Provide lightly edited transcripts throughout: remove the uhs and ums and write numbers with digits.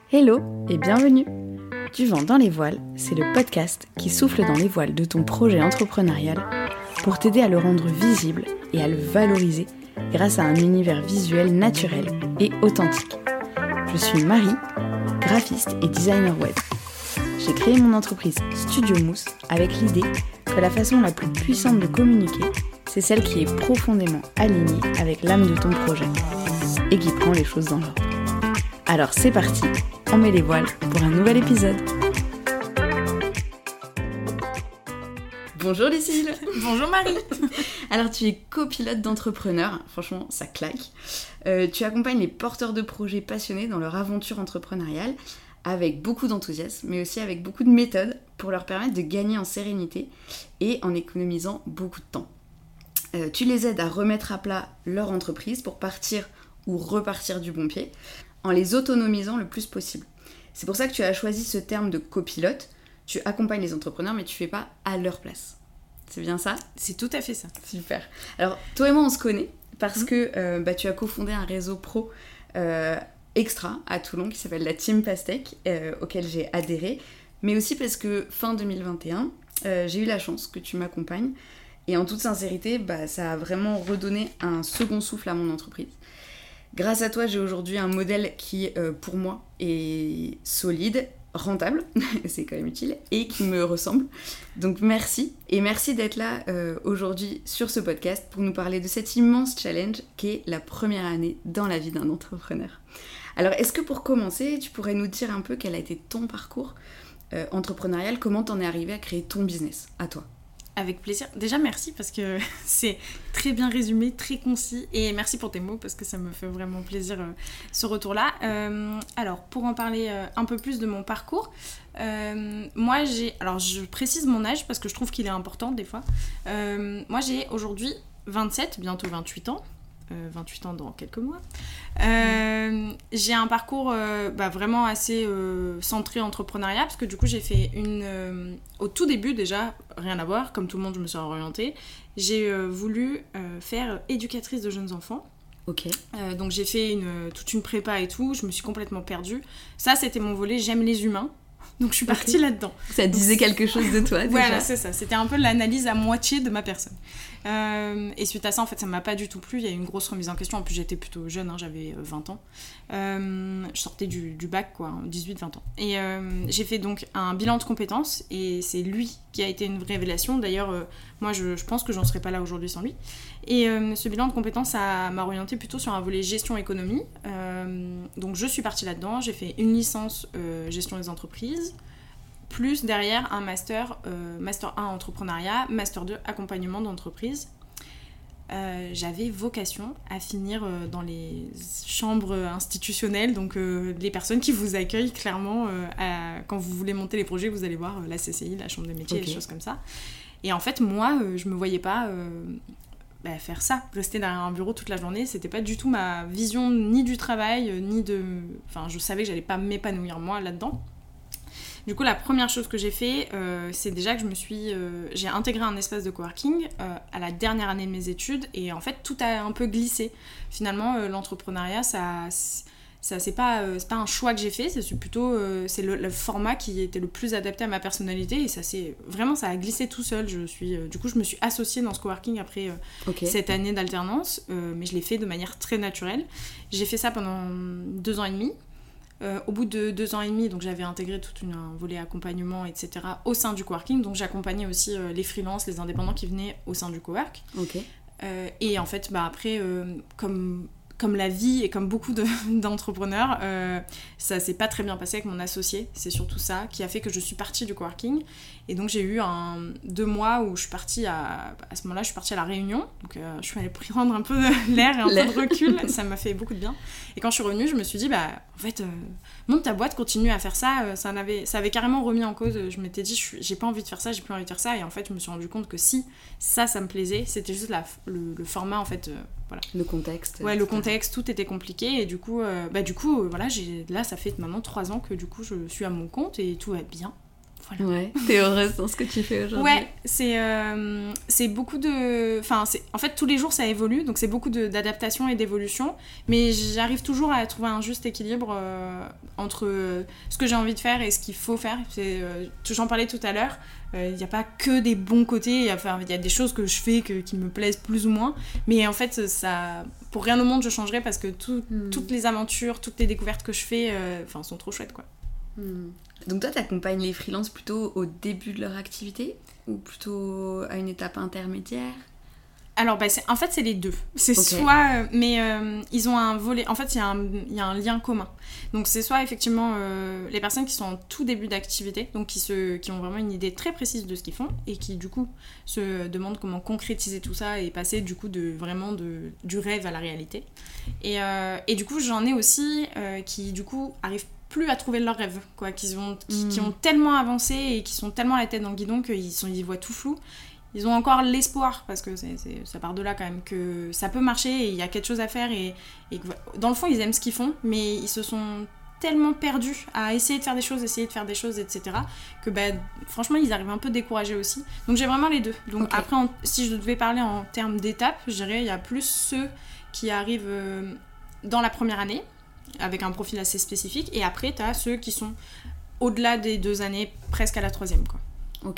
Hello et bienvenue. Du vent dans les voiles, c'est le podcast qui souffle dans les voiles de ton projet entrepreneurial pour t'aider à le rendre visible et à le valoriser grâce à un univers visuel naturel et authentique. Je suis Marie, graphiste et designer web. J'ai créé mon entreprise Studio Mousse avec l'idée que la façon la plus puissante de communiquer, c'est celle qui est profondément alignée avec l'âme de ton projet et qui prend les choses dans l'ordre. Alors c'est parti, on met les voiles pour un nouvel épisode. Bonjour Lucille. Bonjour Marie. Alors tu es copilote d'entrepreneurs, franchement ça claque. Tu accompagnes les porteurs de projets passionnés dans leur aventure entrepreneuriale avec beaucoup d'enthousiasme, mais aussi avec beaucoup de méthodes pour leur permettre de gagner en sérénité et en économisant beaucoup de temps. Tu les aides à remettre à plat leur entreprise pour partir ou repartir du bon pied, en les autonomisant le plus possible. C'est pour ça que tu as choisi ce terme de copilote. Tu accompagnes les entrepreneurs, mais tu fais pas à leur place. C'est bien ça ? C'est tout à fait ça. Super. Alors, toi et moi, on se connaît parce que tu as cofondé un réseau pro extra à Toulon qui s'appelle la Team Pastèque, auquel j'ai adhéré, mais aussi parce que fin 2021, j'ai eu la chance que tu m'accompagnes. Et en toute sincérité, ça a vraiment redonné un second souffle à mon entreprise. Grâce à toi, j'ai aujourd'hui un modèle qui, pour moi, est solide, rentable, c'est quand même utile, et qui me ressemble. Donc merci, et merci d'être là aujourd'hui sur ce podcast pour nous parler de cet immense challenge qui est la première année dans la vie d'un entrepreneur. Alors, est-ce que pour commencer, tu pourrais nous dire un peu quel a été ton parcours entrepreneurial, comment t'en es arrivé à créer ton business, à toi ? Avec plaisir. Déjà, merci parce que c'est très bien résumé, très concis. Et merci pour tes mots parce que ça me fait vraiment plaisir ce retour-là. Alors, pour en parler un peu plus de mon parcours, moi, je précise mon âge parce que je trouve qu'il est important des fois. Moi, j'ai aujourd'hui 27, bientôt 28 ans. 28 ans dans quelques mois. J'ai un parcours vraiment assez centré entrepreneuriat parce que du coup j'ai fait au tout début déjà, rien à voir, comme tout le monde je me suis orientée, j'ai voulu faire éducatrice de jeunes enfants. Ok. Donc j'ai fait toute une prépa et tout, je me suis complètement perdue. Ça c'était mon volet, j'aime les humains. Donc je suis partie là-dedans. Ça disait quelque chose de toi déjà. Voilà, c'est ça. C'était un peu l'analyse à moitié de ma personne. Et suite à ça, en fait, ça m'a pas du tout plu. Il y a eu une grosse remise en question. En plus, j'étais plutôt jeune, j'avais 20 ans. Je sortais du bac, 18-20 ans. Et j'ai fait donc un bilan de compétences. Et c'est lui qui a été une révélation. D'ailleurs, moi, je pense que j'en serais pas là aujourd'hui sans lui. Et ce bilan de compétences, ça m'a orientée plutôt sur un volet gestion-économie. Donc, je suis partie là-dedans. J'ai fait une licence gestion des entreprises. Plus derrière un master 1 entrepreneuriat, master 2 accompagnement d'entreprise. J'avais vocation à finir dans les chambres institutionnelles, donc les personnes qui vous accueillent clairement quand vous voulez monter les projets, vous allez voir la CCI, la chambre des métiers, des choses comme ça. Et en fait, moi, je me voyais pas faire ça, rester derrière un bureau toute la journée, c'était pas du tout ma vision ni du travail, ni de... Enfin, je savais que j'allais pas m'épanouir moi là-dedans. Du coup, la première chose que j'ai fait, c'est déjà que j'ai intégré un espace de coworking à la dernière année de mes études et en fait, tout a un peu glissé. Finalement, l'entrepreneuriat, c'est pas un choix que j'ai fait, c'est plutôt c'est le format qui était le plus adapté à ma personnalité et ça a glissé tout seul. Du coup, je me suis associée dans ce coworking après cette année d'alternance, mais je l'ai fait de manière très naturelle. J'ai fait ça pendant 2 ans et demi. Au bout de 2 ans et demi, donc j'avais intégré tout un volet accompagnement, etc. au sein du coworking. Donc j'accompagnais aussi les freelances, les indépendants qui venaient au sein du cowork. Ok. Et en fait, après, comme la vie et comme beaucoup d'entrepreneurs, ça s'est pas très bien passé avec mon associé. C'est surtout ça qui a fait que je suis partie du coworking. Et donc j'ai eu 2 mois où je suis partie à ce moment-là, je suis partie à La Réunion. Donc je suis allée prendre un peu l'air et un peu de recul. Ça m'a fait beaucoup de bien. Et quand je suis revenue, je me suis dit, en fait, monte ta boîte, continue à faire ça. Ça avait carrément remis en cause. Je m'étais dit, j'ai pas envie de faire ça, j'ai plus envie de faire ça. Et en fait, je me suis rendu compte que si ça me plaisait, c'était juste le format, en fait, voilà. Le contexte. Ouais, le contexte, tout était compliqué. Et du coup, voilà, là, ça fait maintenant 3 ans que du coup, je suis à mon compte et tout va bien. Voilà. Ouais, t'es heureuse dans ce que tu fais aujourd'hui. Ouais, c'est beaucoup de... Enfin, en fait, tous les jours, ça évolue, donc c'est beaucoup d'adaptation et d'évolution, mais j'arrive toujours à trouver un juste équilibre entre ce que j'ai envie de faire et ce qu'il faut faire. J'en parlais tout à l'heure, il n'y a pas que des bons côtés, il y a des choses que je fais qui me plaisent plus ou moins, mais en fait, pour rien au monde, je changerais parce que toutes les aventures, toutes les découvertes que je fais sont trop chouettes, quoi. Donc toi, t'accompagnes les freelances plutôt au début de leur activité ou plutôt à une étape intermédiaire? Alors, en fait, c'est les deux. C'est okay. Soit... mais ils ont un volet... En fait, il y a un lien commun. Donc, c'est soit, effectivement, les personnes qui sont en tout début d'activité, donc qui ont vraiment une idée très précise de ce qu'ils font, et qui, du coup, se demandent comment concrétiser tout ça et passer, du coup, du rêve à la réalité. Et du coup, j'en ai aussi qui, du coup, arrivent plus à trouver leur rêve, quoi, qui ont tellement avancé et qui sont tellement la tête dans le guidon qu'ils voient tout flou. Ils ont encore l'espoir, parce que ça part de là quand même, que ça peut marcher et il y a quelque chose à faire et que, dans le fond, ils aiment ce qu'ils font, mais ils se sont tellement perdus à essayer de faire des choses, etc. que franchement, ils arrivent un peu découragés aussi. Donc j'ai vraiment les deux. Donc okay. Après, si je devais parler en termes d'étapes, je dirais il y a plus ceux qui arrivent dans la première année, avec un profil assez spécifique, et après, t'as ceux qui sont au-delà des 2 années, presque à la 3e, quoi. Ok.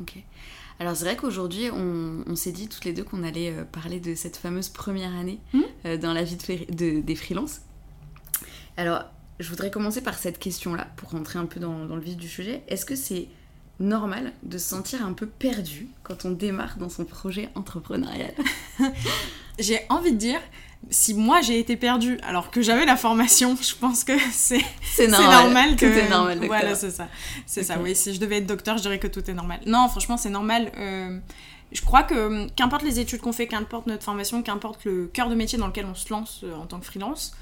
Alors c'est vrai qu'aujourd'hui, on s'est dit toutes les deux qu'on allait parler de cette fameuse première année dans la vie des freelances. Alors, je voudrais commencer par cette question-là, pour rentrer un peu dans le vif du sujet. Est-ce que c'est normal de se sentir un peu perdu quand on démarre dans son projet entrepreneurial? J'ai envie de dire, si moi j'ai été perdue alors que j'avais la formation, je pense que c'est normal que... Tout est normal, docteur. Voilà, c'est ça. C'est ça, oui. Si je devais être docteur, je dirais que tout est normal. Non, franchement, c'est normal. Je crois que qu'importe les études qu'on fait, qu'importe notre formation, qu'importe le cœur de métier dans lequel on se lance en tant que freelance,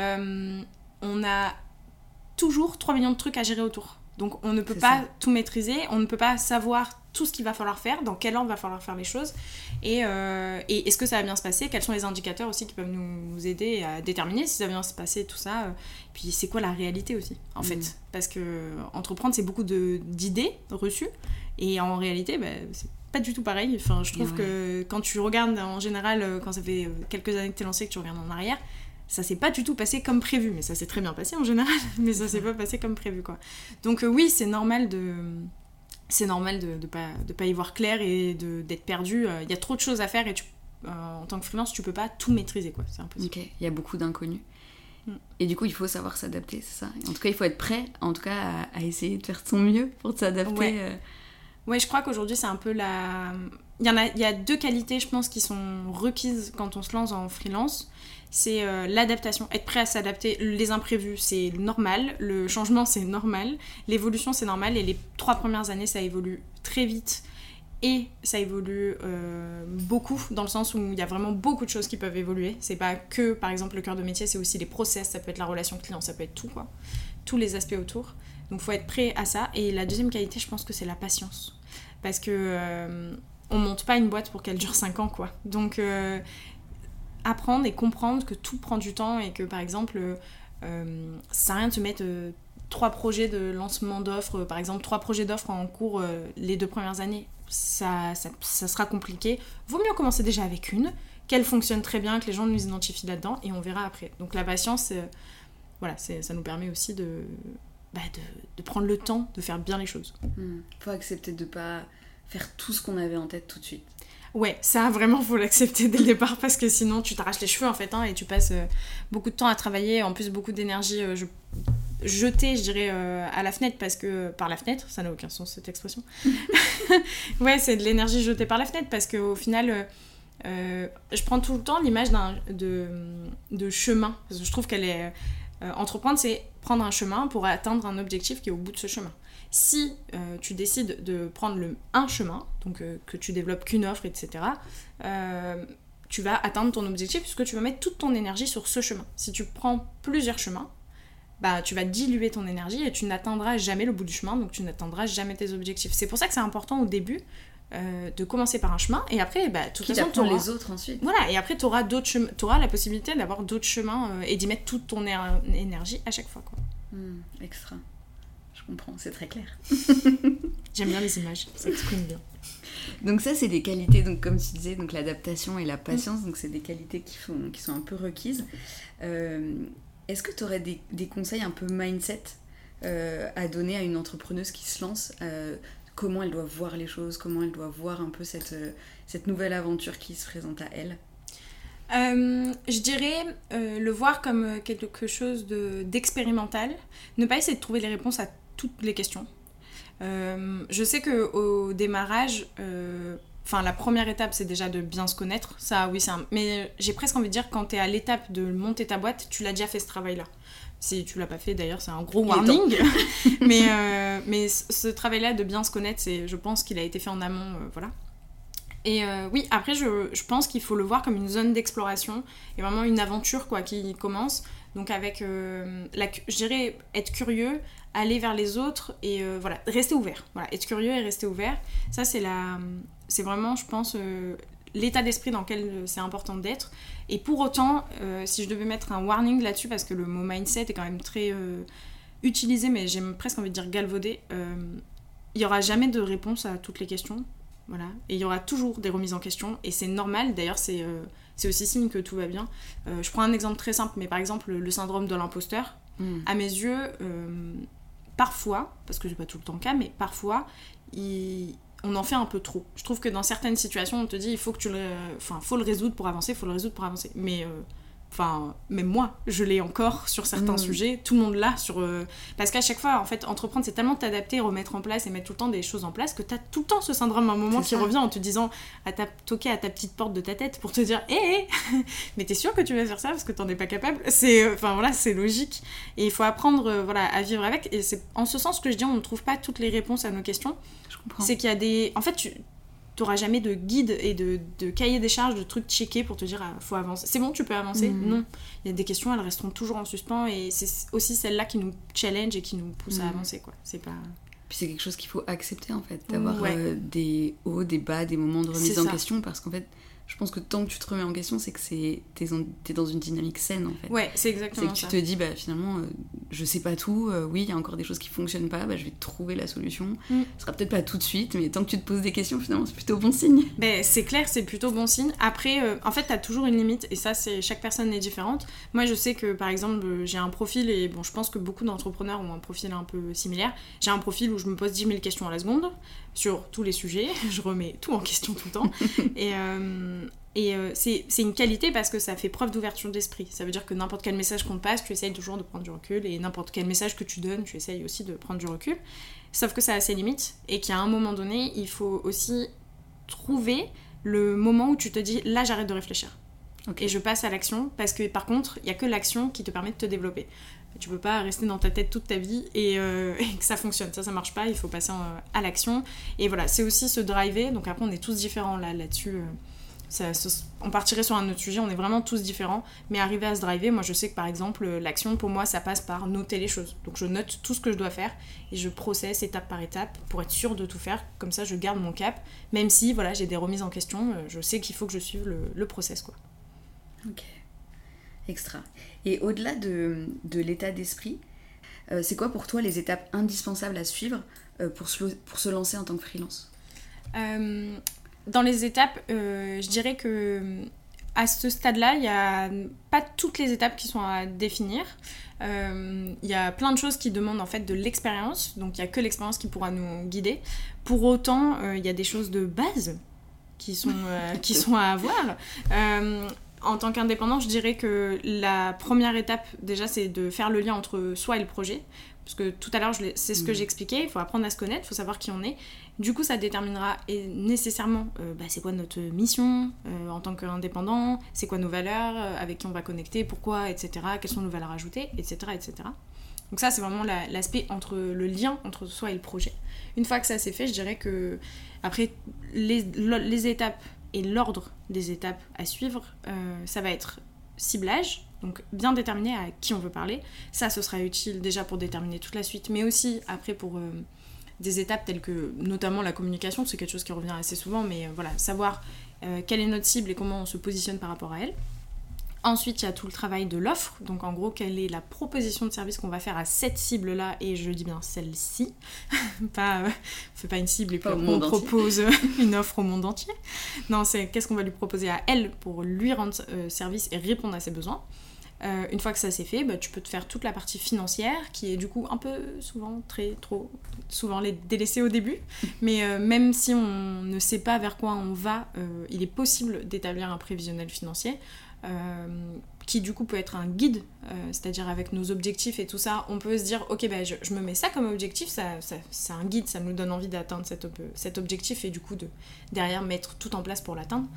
on a toujours 3 millions de trucs à gérer autour. Donc on ne peut pas tout maîtriser, on ne peut pas savoir tout ce qu'il va falloir faire, dans quel ordre va falloir faire les choses, et est-ce que ça va bien se passer, quels sont les indicateurs aussi qui peuvent nous aider à déterminer si ça va bien se passer, tout ça, puis c'est quoi la réalité aussi, en fait, parce que entreprendre, c'est beaucoup d'idées reçues, et en réalité, c'est pas du tout pareil. Enfin, je trouve que quand tu regardes en général, quand ça fait quelques années que t'es lancé, que tu regardes en arrière, ça s'est pas du tout passé comme prévu, mais ça s'est très bien passé en général, mais ça s'est pas passé comme prévu, quoi. Donc oui, c'est normal de pas y voir clair et d'être perdu. Il y a trop de choses à faire et en tant que freelance, tu peux pas tout maîtriser, quoi. C'est impossible. Ok, il y a beaucoup d'inconnus. Et du coup, il faut savoir s'adapter, c'est ça. Et en tout cas, il faut être prêt, en tout cas, à essayer de faire de son mieux pour s'adapter. Ouais, je crois qu'aujourd'hui, c'est un peu il y a 2 qualités, je pense, qui sont requises quand on se lance en freelance. C'est l'adaptation, être prêt à s'adapter. Les imprévus, c'est normal. Le changement, c'est normal. L'évolution, c'est normal. Et les 3 premières années, ça évolue très vite. Et ça évolue beaucoup, dans le sens où il y a vraiment beaucoup de choses qui peuvent évoluer. C'est pas que, par exemple, le cœur de métier, c'est aussi les process, ça peut être la relation client, ça peut être tout, quoi. Tous les aspects autour. Donc, il faut être prêt à ça. Et la deuxième qualité, je pense que c'est la patience. Parce que on monte pas une boîte pour qu'elle dure 5 ans, quoi. Donc... apprendre et comprendre que tout prend du temps et que par exemple ça sert à rien de se mettre 3 projets de lancement d'offres, par exemple 3 projets d'offres en cours les 2 premières années, ça sera compliqué. Vaut mieux commencer déjà avec une, qu'elle fonctionne très bien, que les gens nous identifient là-dedans et on verra après. Donc la patience, ça nous permet aussi de prendre le temps de faire bien les choses. Faut accepter de pas faire tout ce qu'on avait en tête tout de suite. Ouais, ça vraiment faut l'accepter dès le départ parce que sinon tu t'arraches les cheveux en fait, et tu passes beaucoup de temps à travailler, en plus beaucoup d'énergie jetée, je dirais, à la fenêtre, parce que par la fenêtre, ça n'a aucun sens cette expression. Ouais, c'est de l'énergie jetée par la fenêtre parce qu'au final, je prends tout le temps l'image de chemin, parce que je trouve qu'elle est... entreprendre, c'est prendre un chemin pour atteindre un objectif qui est au bout de ce chemin. Si tu décides de prendre un chemin, donc que tu développes qu'une offre, etc., tu vas atteindre ton objectif puisque tu vas mettre toute ton énergie sur ce chemin. Si tu prends plusieurs chemins, tu vas diluer ton énergie et tu n'atteindras jamais le bout du chemin, donc tu n'atteindras jamais tes objectifs. C'est pour ça que c'est important au début de commencer par un chemin et après, de toute façon, tu auras les autres ensuite. Voilà, et après, tu auras la possibilité d'avoir d'autres chemins et d'y mettre toute ton énergie à chaque fois, quoi. Extra. Je comprends, c'est très clair. J'aime bien les images, ça exprime bien. Donc ça, c'est des qualités, donc comme tu disais, donc l'adaptation et la patience, donc c'est des qualités qui sont un peu requises. Est-ce que tu aurais des conseils un peu mindset à donner à une entrepreneuse qui se lance, comment elle doit voir les choses, comment elle doit voir un peu cette nouvelle aventure qui se présente à elle? Je dirais le voir comme quelque chose d'expérimental, ne pas essayer de trouver les réponses à toutes les questions. Je sais qu'au démarrage, la première étape c'est déjà de bien se connaître, ça oui mais j'ai presque envie de dire quand t'es à l'étape de monter ta boîte, tu l'as déjà fait ce travail là. Si tu l'as pas fait d'ailleurs c'est un gros warning. mais ce travail là de bien se connaître, je pense qu'il a été fait en amont, voilà. Et oui, après je pense qu'il faut le voir comme une zone d'exploration et vraiment une aventure quoi, qui commence. Donc avec, je dirais, être curieux, aller vers les autres et voilà, rester ouvert. Voilà, être curieux et rester ouvert. Ça, c'est vraiment, je pense, l'état d'esprit dans lequel c'est important d'être. Et pour autant, si je devais mettre un warning là-dessus, parce que le mot mindset est quand même très utilisé, mais j'ai presque envie de dire galvaudé, il n'y aura jamais de réponse à toutes les questions. Voilà. Et il y aura toujours des remises en question, et c'est normal, d'ailleurs c'est aussi signe que tout va bien. Je prends un exemple très simple, mais par exemple le syndrome de l'imposteur, à mes yeux, parfois, parce que c'est pas tout le temps le cas, mais parfois, on en fait un peu trop. Je trouve que dans certaines situations, on te dit il faut que faut le résoudre pour avancer, mais même moi, je l'ai encore sur certains sujets, tout le monde l'a parce qu'à chaque fois, en fait, entreprendre, c'est tellement t'adapter, remettre en place et mettre tout le temps des choses en place que t'as tout le temps ce syndrome à un moment qui revient en te disant, toquer à ta petite porte de ta tête pour te dire hé, mais t'es sûr que tu vas faire ça parce que t'en es pas capable? C'est logique. Et il faut apprendre à vivre avec. Et c'est en ce sens que je dis, on ne trouve pas toutes les réponses à nos questions. Je comprends. C'est qu'il y a des... En fait, t'auras jamais de guide et de cahier des charges, de trucs checkés pour te dire faut avancer. C'est bon, tu peux avancer? Non. Il y a des questions, elles resteront toujours en suspens et c'est aussi celles-là qui nous challenge et qui nous poussent à avancer, quoi. C'est pas... Puis c'est quelque chose qu'il faut accepter, en fait, d'avoir des hauts, des bas, des moments de remise en question, parce qu'en fait, je pense que tant que tu te remets en question, c'est que t'es dans une dynamique saine, en fait. Ouais, c'est exactement ça. C'est que tu te dis, finalement, je sais pas tout, oui, il y a encore des choses qui fonctionnent pas, je vais trouver la solution. Ce sera peut-être pas tout de suite, mais tant que tu te poses des questions, finalement, c'est plutôt bon signe. C'est clair, c'est plutôt bon signe. Après, en fait, t'as toujours une limite, et ça, chaque personne est différente. Moi, je sais que, par exemple, j'ai un profil, et bon, je pense que beaucoup d'entrepreneurs ont un profil un peu similaire. J'ai un profil où je me pose 10 000 questions à la seconde, sur tous les sujets, je remets tout en question tout le temps. Et c'est une qualité parce que ça fait preuve d'ouverture d'esprit. Ça veut dire que n'importe quel message qu'on te passe, tu essayes toujours de prendre du recul, et n'importe quel message que tu donnes, tu essayes aussi de prendre du recul. Sauf que ça a ses limites, et qu'à un moment donné, il faut aussi trouver le moment où tu te dis, là j'arrête de réfléchir. Okay. Et je passe à l'action, parce que par contre, il n'y a que l'action qui te permet de te développer. Tu peux pas rester dans ta tête toute ta vie et que ça fonctionne, ça marche pas, il faut passer à l'action. Et voilà, c'est aussi se driver, donc après on est tous différents là-dessus. On partirait sur un autre sujet, on est vraiment tous différents, mais arriver à se driver, moi je sais que par exemple l'action pour moi ça passe par noter les choses. Donc je note tout ce que je dois faire et je processe étape par étape pour être sûre de tout faire, comme ça je garde mon cap, même si voilà, j'ai des remises en question, je sais qu'il faut que je suive le process, quoi. Ok. Extra. Et au-delà de l'état d'esprit, c'est quoi pour toi les étapes indispensables à suivre pour se lancer en tant que freelance ? Dans les étapes, je dirais que à ce stade-là, il n'y a pas toutes les étapes qui sont à définir. Il y a plein de choses qui demandent en fait de l'expérience, donc il n'y a que l'expérience qui pourra nous guider. Pour autant, il y a des choses de base qui sont à avoir. En tant qu'indépendant, je dirais que la première étape, déjà, c'est de faire le lien entre soi et le projet. Parce que tout à l'heure, c'est ce que j'expliquais, il faut apprendre à se connaître, il faut savoir qui on est. Du coup, ça déterminera nécessairement c'est quoi notre mission en tant qu'indépendant, c'est quoi nos valeurs, avec qui on va connecter, pourquoi, etc. Quelles sont nos valeurs ajoutées, etc. etc. Donc ça, c'est vraiment l'aspect le lien entre soi et le projet. Une fois que ça c'est fait, je dirais que après, les étapes et l'ordre des étapes à suivre, ça va être ciblage, donc bien déterminer à qui on veut parler. Ça, ce sera utile déjà pour déterminer toute la suite, mais aussi après pour des étapes telles que notamment la communication, c'est quelque chose qui revient assez souvent, mais voilà, savoir quelle est notre cible et comment on se positionne par rapport à elle. Ensuite, il y a tout le travail de l'offre. Donc, en gros, quelle est la proposition de service qu'on va faire à cette cible-là? Et je dis bien celle-ci. On fait pas une cible et puis on propose une offre au monde entier. Non, c'est qu'est-ce qu'on va lui proposer à elle pour lui rendre service et répondre à ses besoins. Une fois que ça c'est fait, tu peux te faire toute la partie financière qui est du coup un peu souvent, trop souvent les délaissée au début. Mais même si on ne sait pas vers quoi on va, il est possible d'établir un prévisionnel financier. Qui du coup peut être un guide, c'est-à-dire avec nos objectifs et tout ça, on peut se dire ok je me mets ça comme objectif, ça, c'est un guide, ça nous donne envie d'atteindre cet objectif et du coup de derrière mettre tout en place pour l'atteindre.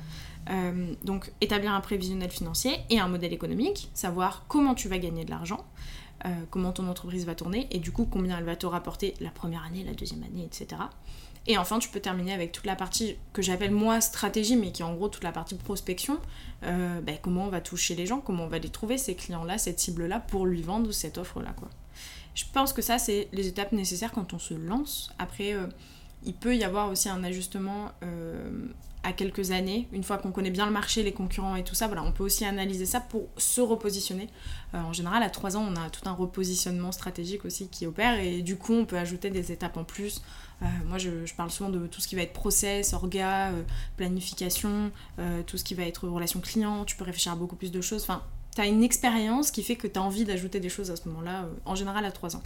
Donc établir un prévisionnel financier et un modèle économique, savoir comment tu vas gagner de l'argent, comment ton entreprise va tourner et du coup combien elle va te rapporter la première année, la deuxième année, etc. Et enfin, tu peux terminer avec toute la partie que j'appelle moi stratégie, mais qui est en gros toute la partie prospection. Comment on va toucher les gens, comment on va les trouver, ces clients-là, cette cible-là, pour lui vendre cette offre-là, quoi. Je pense que ça, c'est les étapes nécessaires quand on se lance. Après, il peut y avoir aussi un ajustement à quelques années. Une fois qu'on connaît bien le marché, les concurrents et tout ça, voilà, on peut aussi analyser ça pour se repositionner. En général, à 3 ans, on a tout un repositionnement stratégique aussi qui opère et du coup, on peut ajouter des étapes en plus. Moi, je parle souvent de tout ce qui va être process, orga, planification, tout ce qui va être relation client. Tu peux réfléchir à beaucoup plus de choses. Enfin, tu as une expérience qui fait que tu as envie d'ajouter des choses à ce moment-là, en général à 3 ans.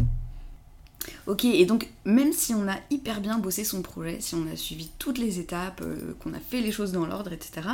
Ok, et donc même si on a hyper bien bossé son projet, si on a suivi toutes les étapes, qu'on a fait les choses dans l'ordre, etc.,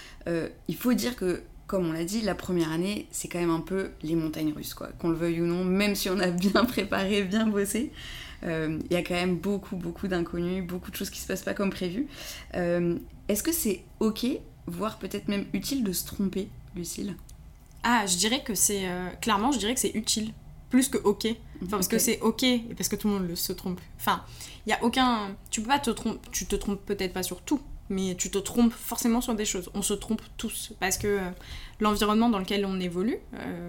il faut dire que, comme on l'a dit, la première année, c'est quand même un peu les montagnes russes, quoi. Qu'on le veuille ou non, même si on a bien préparé, bien bossé, y a quand même beaucoup d'inconnus, beaucoup de choses qui se passent pas comme prévu. Est-ce que c'est ok, voire peut-être même utile de se tromper, Lucille ? Ah, je dirais que c'est... clairement, je dirais que c'est utile. Plus que ok. Enfin, parce que c'est ok, et parce que tout le monde se trompe. Enfin, il y a aucun... Tu peux pas te tromper... Tu te trompes peut-être pas sur tout, mais tu te trompes forcément sur des choses. On se trompe tous. Parce que l'environnement dans lequel on évolue,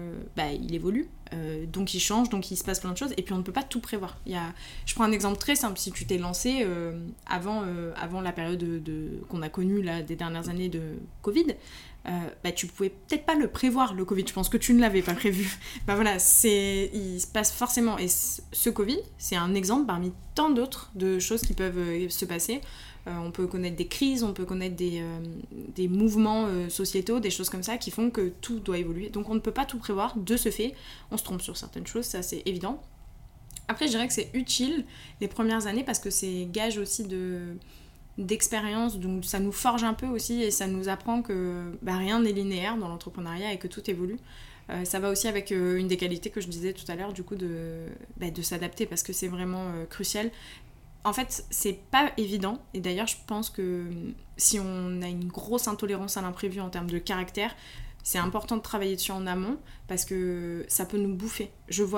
il évolue. Donc il change, donc il se passe plein de choses. Et puis on ne peut pas tout prévoir. Je prends un exemple très simple. Si tu t'es lancé avant la période qu'on a connue là, des dernières années de Covid... tu pouvais peut-être pas le prévoir, le Covid, je pense que tu ne l'avais pas prévu. Voilà, il se passe forcément, et ce Covid, c'est un exemple parmi tant d'autres de choses qui peuvent se passer. On peut connaître des crises, on peut connaître des mouvements sociétaux, des choses comme ça qui font que tout doit évoluer. Donc on ne peut pas tout prévoir, de ce fait, on se trompe sur certaines choses, ça c'est évident. Après, je dirais que c'est utile les premières années parce que c'est gage aussi d'expérience, donc ça nous forge un peu aussi et ça nous apprend que rien n'est linéaire dans l'entrepreneuriat et que tout évolue. Ça va aussi avec une des qualités que je disais tout à l'heure, du coup, de s'adapter parce que c'est vraiment crucial. En fait, c'est pas évident et d'ailleurs, je pense que si on a une grosse intolérance à l'imprévu en termes de caractère, c'est important de travailler dessus en amont parce que ça peut nous bouffer.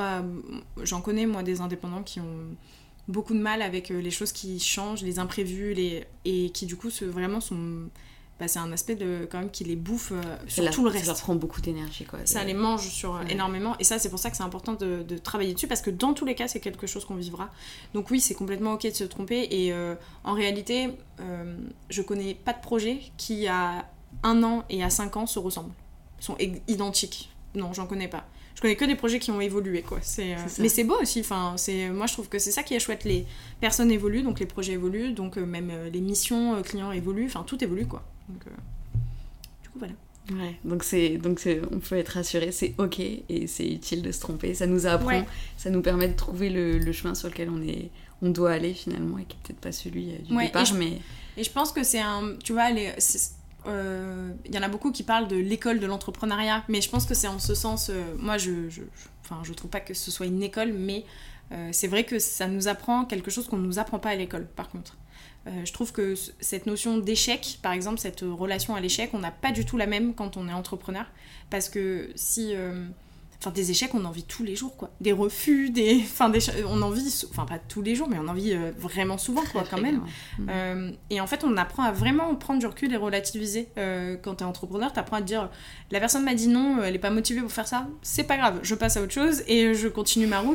J'en connais moi des indépendants qui ont beaucoup de mal avec les choses qui changent, les imprévus, et qui du coup vraiment sont... c'est un aspect quand même qui les bouffe sur tout le reste. Ça leur prend beaucoup d'énergie, quoi. Ça les mange énormément, et ça c'est pour ça que c'est important de travailler dessus, parce que dans tous les cas c'est quelque chose qu'on vivra. Donc oui, c'est complètement ok de se tromper, et en réalité, je connais pas de projet qui à 1 an et à 5 ans se ressemblent, sont identiques. Non, j'en connais pas. Je connais que des projets qui ont évolué, quoi. Mais c'est beau aussi. Enfin, moi, je trouve que c'est ça qui est chouette. Les personnes évoluent, donc les projets évoluent, donc même les missions clients évoluent. Enfin, tout évolue, quoi. Donc, du coup, voilà. Ouais, donc on peut être rassuré, c'est ok et c'est utile de se tromper. Ça nous apprend, ça nous permet de trouver le chemin sur lequel on doit aller finalement et qui n'est peut-être pas celui du départ. Et je pense que c'est un... Tu vois, y en a beaucoup qui parlent de l'école de l'entrepreneuriat, mais je pense que c'est en ce sens, moi je trouve pas que ce soit une école, mais c'est vrai que ça nous apprend quelque chose qu'on ne nous apprend pas à l'école, par contre. Je trouve que cette notion d'échec, par exemple, cette relation à l'échec, on n'a pas du tout la même quand on est entrepreneur, parce que si... des échecs, on en vit tous les jours, quoi. Des refus, on en vit... pas tous les jours, mais on en vit vraiment souvent, quoi, quand même. Et en fait, on apprend à vraiment prendre du recul et relativiser. Quand t'es entrepreneur, t'apprends à te dire « La personne m'a dit non, elle est pas motivée pour faire ça, c'est pas grave, je passe à autre chose et je continue ma route. »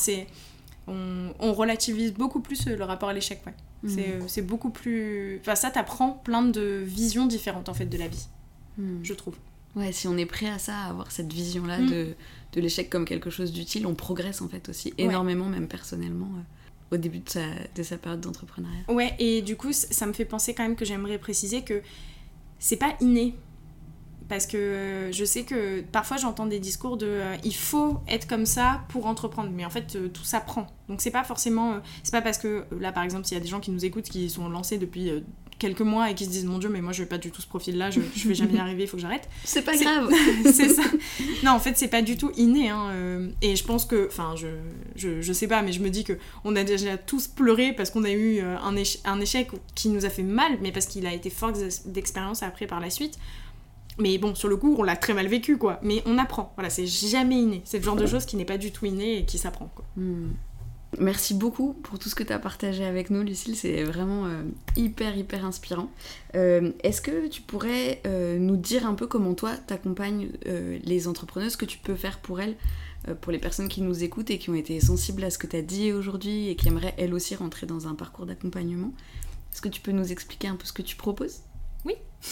On relativise beaucoup plus le rapport à l'échec, ouais. C'est beaucoup plus... ça t'apprend plein de visions différentes, en fait, de la vie, je trouve. Ouais, si on est prêt à ça, à avoir cette vision-là de l'échec comme quelque chose d'utile, on progresse en fait aussi énormément, même personnellement, au début de sa période d'entrepreneuriat. Ouais, et du coup, ça me fait penser quand même que j'aimerais préciser que c'est pas inné. Parce que je sais que parfois j'entends des discours de il faut être comme ça pour entreprendre, mais en fait tout s'apprend. Donc c'est pas forcément c'est pas parce que là par exemple s'il y a des gens qui nous écoutent qui sont lancés depuis quelques mois et qui se disent mon Dieu mais moi je vais pas du tout ce profil là, je vais jamais y arriver, il faut que j'arrête. C'est pas grave. C'est ça. Non en fait c'est pas du tout inné et je pense que enfin je sais pas mais je me dis que on a déjà tous pleuré parce qu'on a eu un échec qui nous a fait mal mais parce qu'il a été fort d'expérience après par la suite. Mais bon, sur le coup, on l'a très mal vécu, quoi. Mais on apprend. Voilà, c'est jamais inné. C'est le genre de chose qui n'est pas du tout inné et qui s'apprend, quoi. Merci beaucoup pour tout ce que tu as partagé avec nous, Lucille. C'est vraiment hyper inspirant. Est-ce que tu pourrais nous dire un peu comment toi, t'accompagnes les entrepreneuses, ce que tu peux faire pour elles, pour les personnes qui nous écoutent et qui ont été sensibles à ce que tu as dit aujourd'hui et qui aimeraient, elles aussi, rentrer dans un parcours d'accompagnement. Est-ce que tu peux nous expliquer un peu ce que tu proposes ? Oui.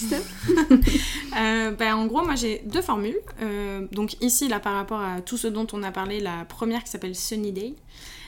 En gros, moi j'ai 2 formules. Donc ici, là, par rapport à tout ce dont on a parlé, la première qui s'appelle Sunny Day,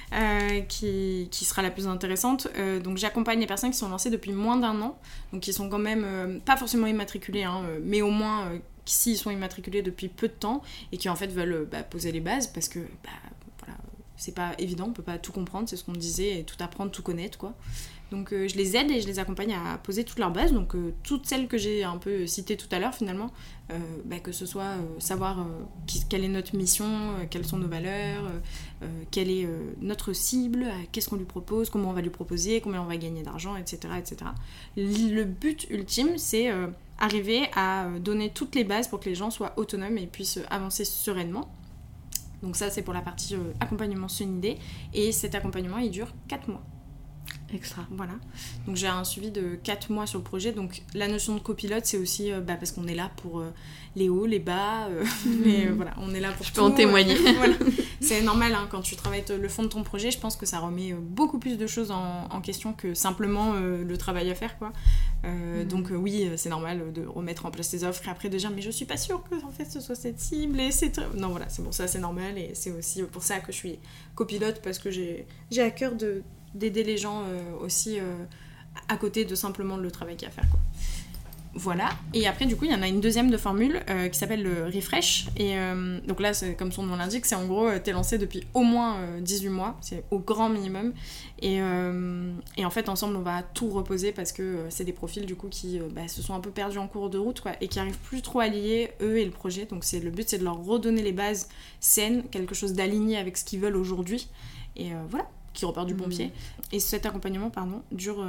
qui sera la plus intéressante. Donc j'accompagne les personnes qui sont lancées depuis moins d'1 an, donc qui sont quand même pas forcément immatriculées, mais au moins s'ils sont immatriculés depuis peu de temps et qui en fait veulent poser les bases parce que voilà, c'est pas évident, on peut pas tout comprendre, c'est ce qu'on disait, et tout apprendre, tout connaître, quoi. Donc je les aide et je les accompagne à poser toutes leurs bases, donc toutes celles que j'ai un peu citées tout à l'heure finalement, que ce soit savoir quelle est notre mission, quelles sont nos valeurs, quelle est notre cible, qu'est-ce qu'on lui propose, comment on va lui proposer, combien on va gagner d'argent, etc. etc. Le but ultime, c'est arriver à donner toutes les bases pour que les gens soient autonomes et puissent avancer sereinement. Donc ça c'est pour la partie accompagnement Sunny Day, et cet accompagnement il dure 4 mois. Extra. Voilà. Donc j'ai un suivi de 4 mois sur le projet. Donc la notion de copilote, c'est aussi parce qu'on est là pour les hauts, les bas. Mais voilà, on est là pour Je tout. peux en témoigner. Voilà. C'est normal, quand tu travailles le fond de ton projet, je pense que ça remet beaucoup plus de choses en question que simplement le travail à faire, quoi. Donc oui, c'est normal de remettre en place tes offres et après de dire mais je suis pas sûre que en fait ce soit cette cible et c'est non voilà, c'est bon, ça c'est normal, et c'est aussi pour ça que je suis copilote, parce que j'ai à cœur d'aider les gens aussi à côté de simplement le travail qu'il y a à faire, quoi. Voilà. Et après, du coup, il y en a une deuxième de formule qui s'appelle le refresh. Et donc là, c'est, comme son nom l'indique, c'est en gros, t'es lancé depuis au moins 18 mois. C'est au grand minimum. Et en fait, ensemble, on va tout reposer parce que c'est des profils, du coup, qui se sont un peu perdus en cours de route, quoi, et qui n'arrivent plus trop à lier eux et le projet. Donc le but, c'est de leur redonner les bases saines, quelque chose d'aligné avec ce qu'ils veulent aujourd'hui. Et voilà, qui repart du bon pied. Et cet accompagnement, dure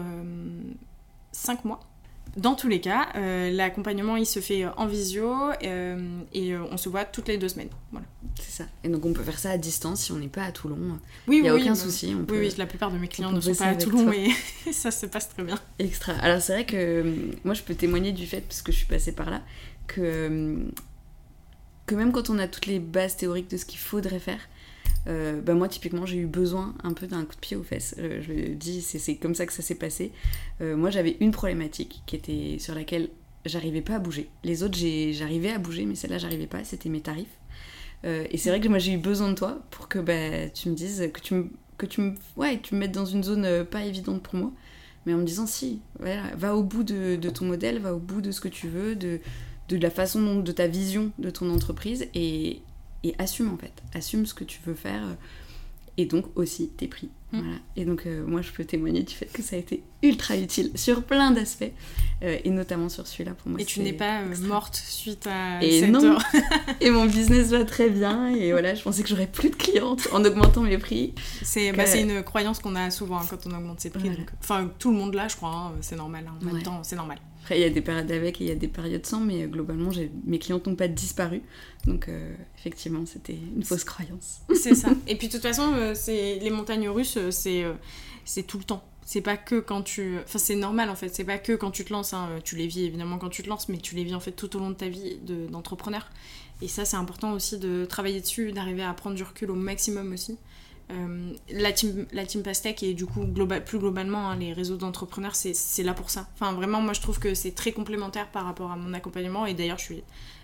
5 mois. Dans tous les cas, l'accompagnement il se fait en visio et on se voit toutes les 2 semaines. Voilà. C'est ça. Et donc on peut faire ça à distance si on n'est pas à Toulon. Oui, il n'y a aucun souci. Oui, la plupart de mes clients ne sont pas à Toulon et ça se passe très bien. Extra. Alors c'est vrai que moi je peux témoigner du fait, parce que je suis passée par là, que même quand on a toutes les bases théoriques de ce qu'il faudrait faire, moi typiquement j'ai eu besoin un peu d'un coup de pied aux fesses. Je le dis, c'est comme ça que ça s'est passé. Moi j'avais une problématique sur laquelle j'arrivais pas à bouger. Les autres j'arrivais à bouger, mais celle-là j'arrivais pas, c'était mes tarifs. Et c'est vrai que moi j'ai eu besoin de toi pour que tu me dises, que tu me mettes dans une zone pas évidente pour moi, mais en me disant si, voilà, va au bout de ton modèle, va au bout de ce que tu veux, de la façon de ta vision de ton entreprise, et assume en fait, assume ce que tu veux faire, et donc aussi tes prix. Voilà. Et donc moi je peux témoigner du fait que ça a été ultra utile sur plein d'aspects, et notamment sur celui-là pour moi. Et tu n'es pas morte suite à et cette non. heure. Et mon business va très bien, et voilà, je pensais que j'aurais plus de clientes en augmentant mes prix. C'est une croyance qu'on a souvent quand on augmente ses prix. Ouais. Donc, tout le monde là je crois, c'est normal, en même temps c'est normal. Après il y a des périodes avec et il y a des périodes sans, mais globalement mes clientes n'ont pas disparu, donc effectivement c'était une fausse croyance. C'est ça. Et puis de toute façon les montagnes russes, c'est tout le temps. C'est pas que quand c'est normal en fait, c'est pas que quand tu te lances, tu les vis évidemment quand tu te lances, mais tu les vis en fait tout au long de ta vie d'entrepreneur. Et ça c'est important aussi de travailler dessus, d'arriver à prendre du recul au maximum aussi. La team Pastèque et du coup plus globalement les réseaux d'entrepreneurs, c'est là pour ça. Enfin vraiment moi je trouve que c'est très complémentaire par rapport à mon accompagnement, et d'ailleurs je suis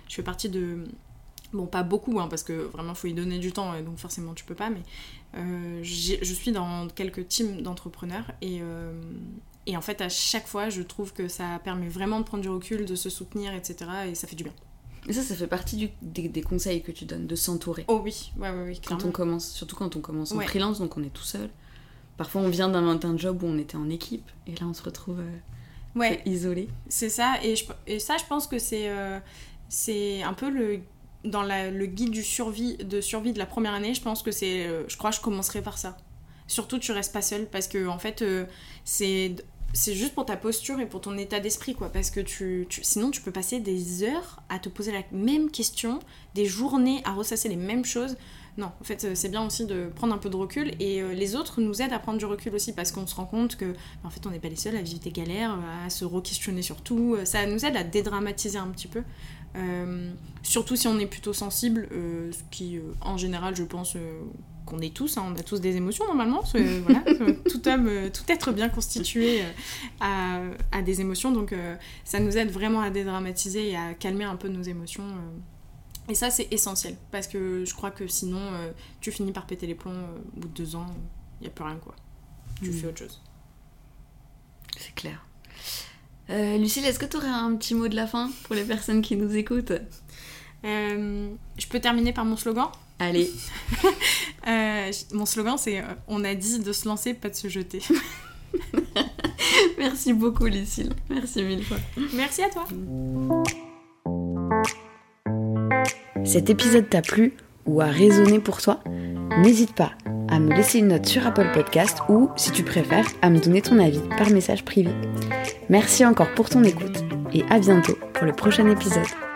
je fais partie de... Bon, pas beaucoup, hein, parce que vraiment, il faut y donner du temps, donc forcément, tu peux pas, mais je suis dans quelques teams d'entrepreneurs, et en fait, à chaque fois, je trouve que ça permet vraiment de prendre du recul, de se soutenir, etc., et ça fait du bien. Et ça fait partie des conseils que tu donnes, de s'entourer. Oh oui, ouais, clairement. Quand on commence, surtout quand on commence en freelance, donc on est tout seul. Parfois, on vient d'un job où on était en équipe, et là, on se retrouve isolé. C'est ça, et ça, je pense que c'est un peu dans le guide de survie de la première année, je pense que je crois que je commencerai par ça. Surtout, tu restes pas seul, parce que, en fait, c'est juste pour ta posture et pour ton état d'esprit, quoi, parce que sinon tu peux passer des heures à te poser la même question, des journées à ressasser les mêmes choses. Non, en fait, c'est bien aussi de prendre un peu de recul, et les autres nous aident à prendre du recul aussi, parce qu'on se rend compte que, en fait, on n'est pas les seuls à vivre des galères, à se re-questionner sur tout. Ça nous aide à dédramatiser un petit peu, surtout si on est plutôt sensible, ce qui, en général, je pense... qu'on est tous, hein, on a tous des émotions normalement, voilà, tout être bien constitué a des émotions, donc ça nous aide vraiment à dédramatiser et à calmer un peu nos émotions, et ça c'est essentiel, parce que je crois que sinon tu finis par péter les plombs au bout de 2 ans, il n'y a plus rien, quoi. Tu fais autre chose. C'est clair. Lucille, est-ce que tu aurais un petit mot de la fin pour les personnes qui nous écoutent ? Je peux terminer par mon slogan ? Allez. Mon slogan, c'est on a dit de se lancer, pas de se jeter. Merci beaucoup, Lucille. Merci 1000 fois. Merci à toi. Cet épisode t'a plu ou a résonné pour toi ? N'hésite pas à me laisser une note sur Apple Podcast ou, si tu préfères, à me donner ton avis par message privé. Merci encore pour ton écoute et à bientôt pour le prochain épisode.